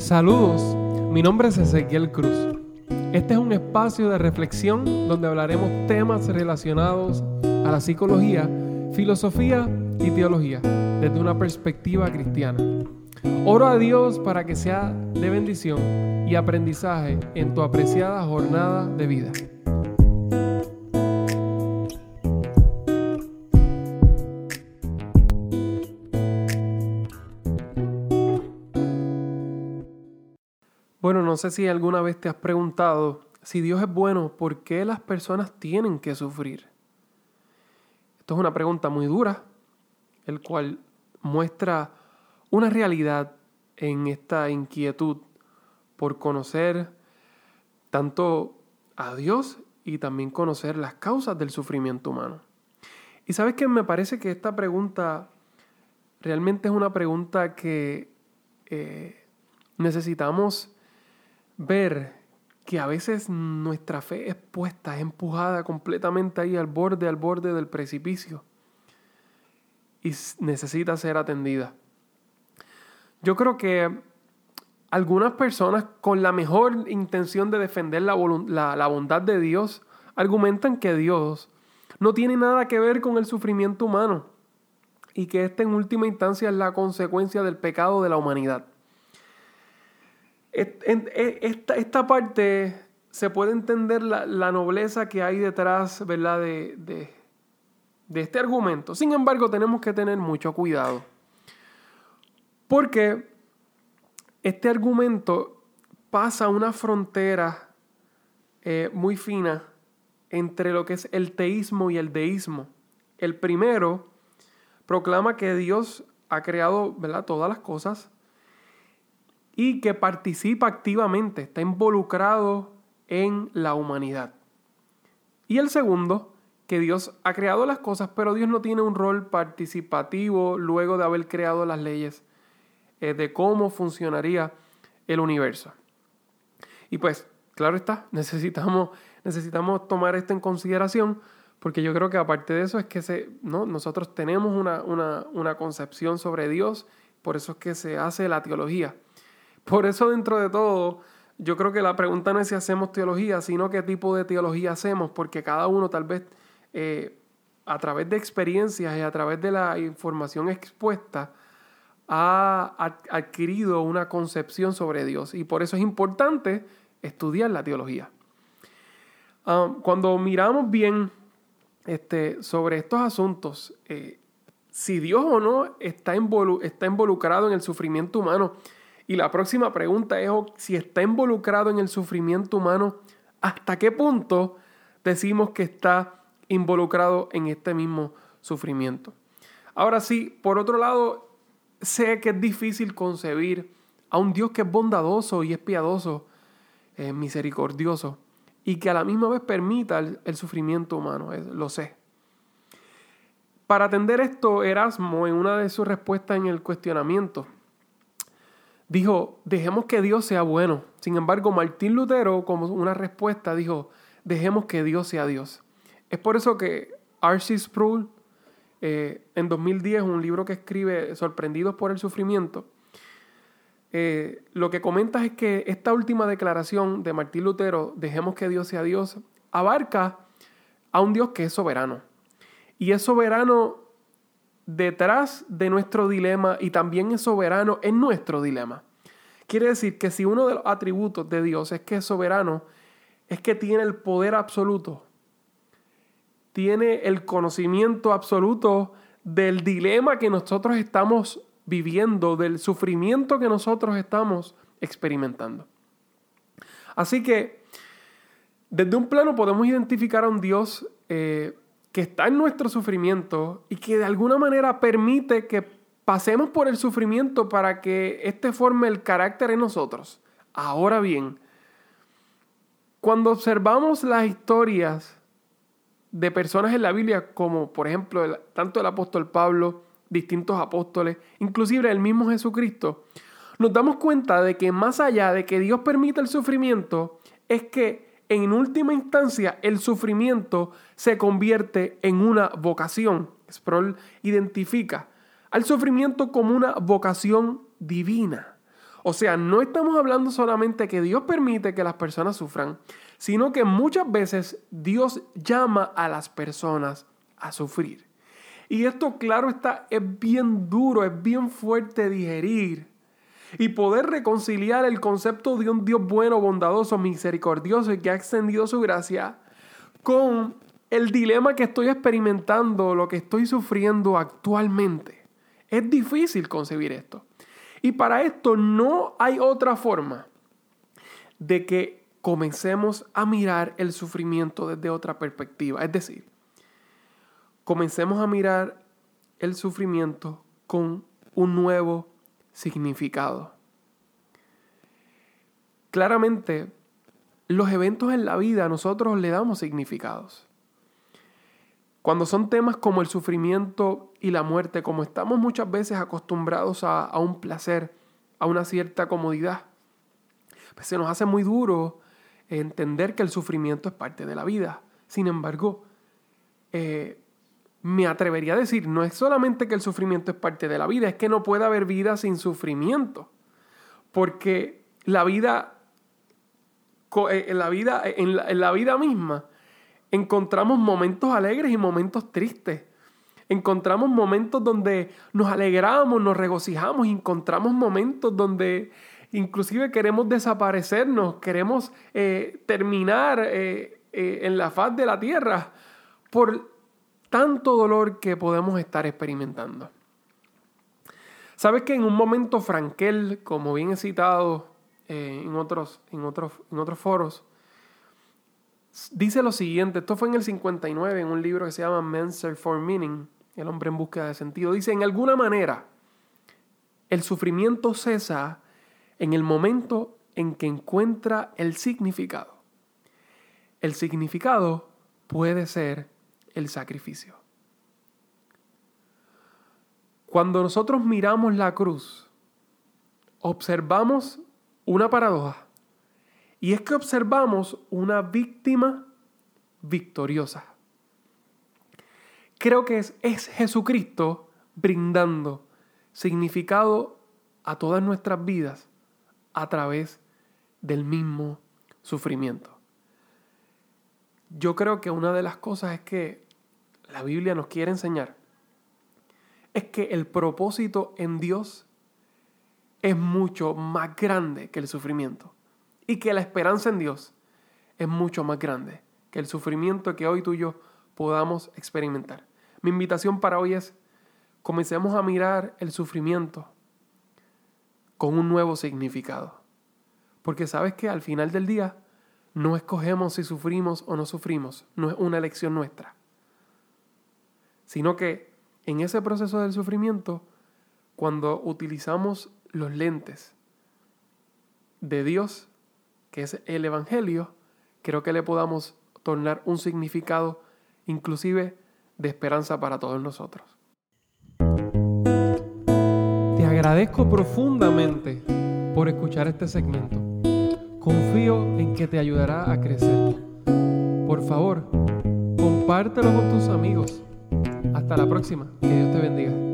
Saludos, mi nombre es Ezequiel Cruz. Este es un espacio de reflexión donde hablaremos temas relacionados a la psicología, filosofía y teología desde una perspectiva cristiana. Oro a Dios para que sea de bendición y aprendizaje en tu apreciada jornada de vida. Bueno, no sé si alguna vez te has preguntado, si Dios es bueno, ¿por qué las personas tienen que sufrir? Esto es una pregunta muy dura, el cual muestra una realidad en esta inquietud por conocer tanto a Dios y también conocer las causas del sufrimiento humano. Y sabes que me parece que esta pregunta realmente es una pregunta que necesitamos ver que a veces nuestra fe es puesta, es empujada completamente ahí al borde del precipicio y necesita ser atendida. Yo creo que algunas personas con la mejor intención de defender la bondad de Dios argumentan que Dios no tiene nada que ver con el sufrimiento humano y que esta en última instancia es la consecuencia del pecado de la humanidad. Esta parte se puede entender la nobleza que hay detrás, ¿verdad? de este argumento. Sin embargo, tenemos que tener mucho cuidado. Porque este argumento pasa una frontera muy fina entre lo que es el teísmo y el deísmo. El primero proclama que Dios ha creado, ¿verdad?, todas las cosas y que participa activamente, está involucrado en la humanidad. Y el segundo, que Dios ha creado las cosas, pero Dios no tiene un rol participativo luego de haber creado las leyes de cómo funcionaría el universo. Y pues, claro está, necesitamos tomar esto en consideración, porque yo creo que aparte de eso es que nosotros tenemos una concepción sobre Dios, por eso es que se hace la teología. Por eso, dentro de todo, yo creo que la pregunta no es si hacemos teología, sino qué tipo de teología hacemos, porque cada uno tal vez a través de experiencias y a través de la información expuesta ha adquirido una concepción sobre Dios. Y por eso es importante estudiar la teología. Cuando miramos bien sobre estos asuntos, si Dios o no está involucrado en el sufrimiento humano. Y la próxima pregunta es si está involucrado en el sufrimiento humano, ¿hasta qué punto decimos que está involucrado en este mismo sufrimiento? Ahora sí, por otro lado, sé que es difícil concebir a un Dios que es bondadoso y es piadoso, misericordioso, y que a la misma vez permita el sufrimiento humano, lo sé. Para atender esto, Erasmo, en una de sus respuestas en el cuestionamiento, dijo, dejemos que Dios sea bueno. Sin embargo, Martín Lutero, como una respuesta, dijo, dejemos que Dios sea Dios. Es por eso que R.C. Sproul, en 2010, un libro que escribe Sorprendidos por el Sufrimiento, lo que comenta es que esta última declaración de Martín Lutero, dejemos que Dios sea Dios, abarca a un Dios que es soberano. Y es soberano detrás de nuestro dilema y también es soberano en nuestro dilema. Quiere decir que si uno de los atributos de Dios es que es soberano, es que tiene el poder absoluto, tiene el conocimiento absoluto del dilema que nosotros estamos viviendo, del sufrimiento que nosotros estamos experimentando. Así que, desde un plano podemos identificar a un Dios que está en nuestro sufrimiento y que de alguna manera permite que pasemos por el sufrimiento para que éste forme el carácter en nosotros. Ahora bien, cuando observamos las historias de personas en la Biblia, como por ejemplo tanto el apóstol Pablo, distintos apóstoles, inclusive el mismo Jesucristo, nos damos cuenta de que más allá de que Dios permita el sufrimiento, es que en última instancia, el sufrimiento se convierte en una vocación. Sproul identifica al sufrimiento como una vocación divina. O sea, no estamos hablando solamente que Dios permite que las personas sufran, sino que muchas veces Dios llama a las personas a sufrir. Y esto, claro está, es bien duro, es bien fuerte digerir. Y poder reconciliar el concepto de un Dios bueno, bondadoso, misericordioso y que ha extendido su gracia con el dilema que estoy experimentando, lo que estoy sufriendo actualmente. Es difícil concebir esto. Y para esto no hay otra forma de que comencemos a mirar el sufrimiento desde otra perspectiva. Es decir, comencemos a mirar el sufrimiento con un nuevo significado. Claramente, los eventos en la vida nosotros le damos significados. Cuando son temas como el sufrimiento y la muerte, como estamos muchas veces acostumbrados a un placer, a una cierta comodidad, pues se nos hace muy duro entender que el sufrimiento es parte de la vida. Sin embargo, me atrevería a decir, no es solamente que el sufrimiento es parte de la vida, es que no puede haber vida sin sufrimiento. Porque la vida, en la vida misma, encontramos momentos alegres y momentos tristes. Encontramos momentos donde nos alegramos, nos regocijamos. Encontramos momentos donde inclusive queremos desaparecernos, queremos terminar en la faz de la tierra por tanto dolor que podemos estar experimentando. ¿Sabes que en un momento Frankel, como bien he citado en otros foros, dice lo siguiente? Esto fue en el 59, en un libro que se llama Man's Search for Meaning, El hombre en búsqueda de sentido. Dice, en alguna manera, el sufrimiento cesa en el momento en que encuentra el significado. El significado puede ser el sacrificio. Cuando nosotros miramos la cruz, observamos una paradoja. Y es que observamos una víctima victoriosa. Creo que es Jesucristo brindando significado a todas nuestras vidas a través del mismo sufrimiento. Yo creo que una de las cosas es que la Biblia nos quiere enseñar es que el propósito en Dios es mucho más grande que el sufrimiento. Y que la esperanza en Dios es mucho más grande que el sufrimiento que hoy tú y yo podamos experimentar. Mi invitación para hoy es, comencemos a mirar el sufrimiento con un nuevo significado. Porque sabes que al final del día no escogemos si sufrimos o no sufrimos. No es una elección nuestra. Sino que en ese proceso del sufrimiento, cuando utilizamos los lentes de Dios, que es el Evangelio, creo que le podamos tornar un significado inclusive de esperanza para todos nosotros. Te agradezco profundamente por escuchar este segmento. Confío en que te ayudará a crecer. Por favor, compártelo con tus amigos. Hasta la próxima. Que Dios te bendiga.